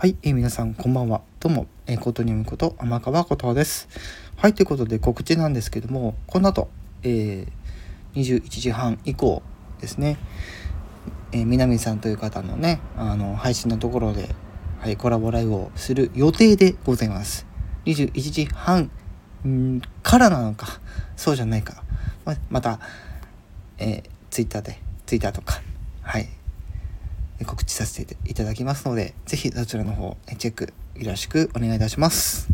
はい、皆さんこんばんは。どうも、ことにむこと天川ことはです。はい、ということで告知なんですけども、この後、21時半以降ですね、南さんという方のね、配信のところで、はい、コラボライブをする予定でございます。21時半からなのか、そうじゃないか。また、ツイッターとか、はい、告知させていただきますので、ぜひそちらの方チェックよろしくお願いいたします。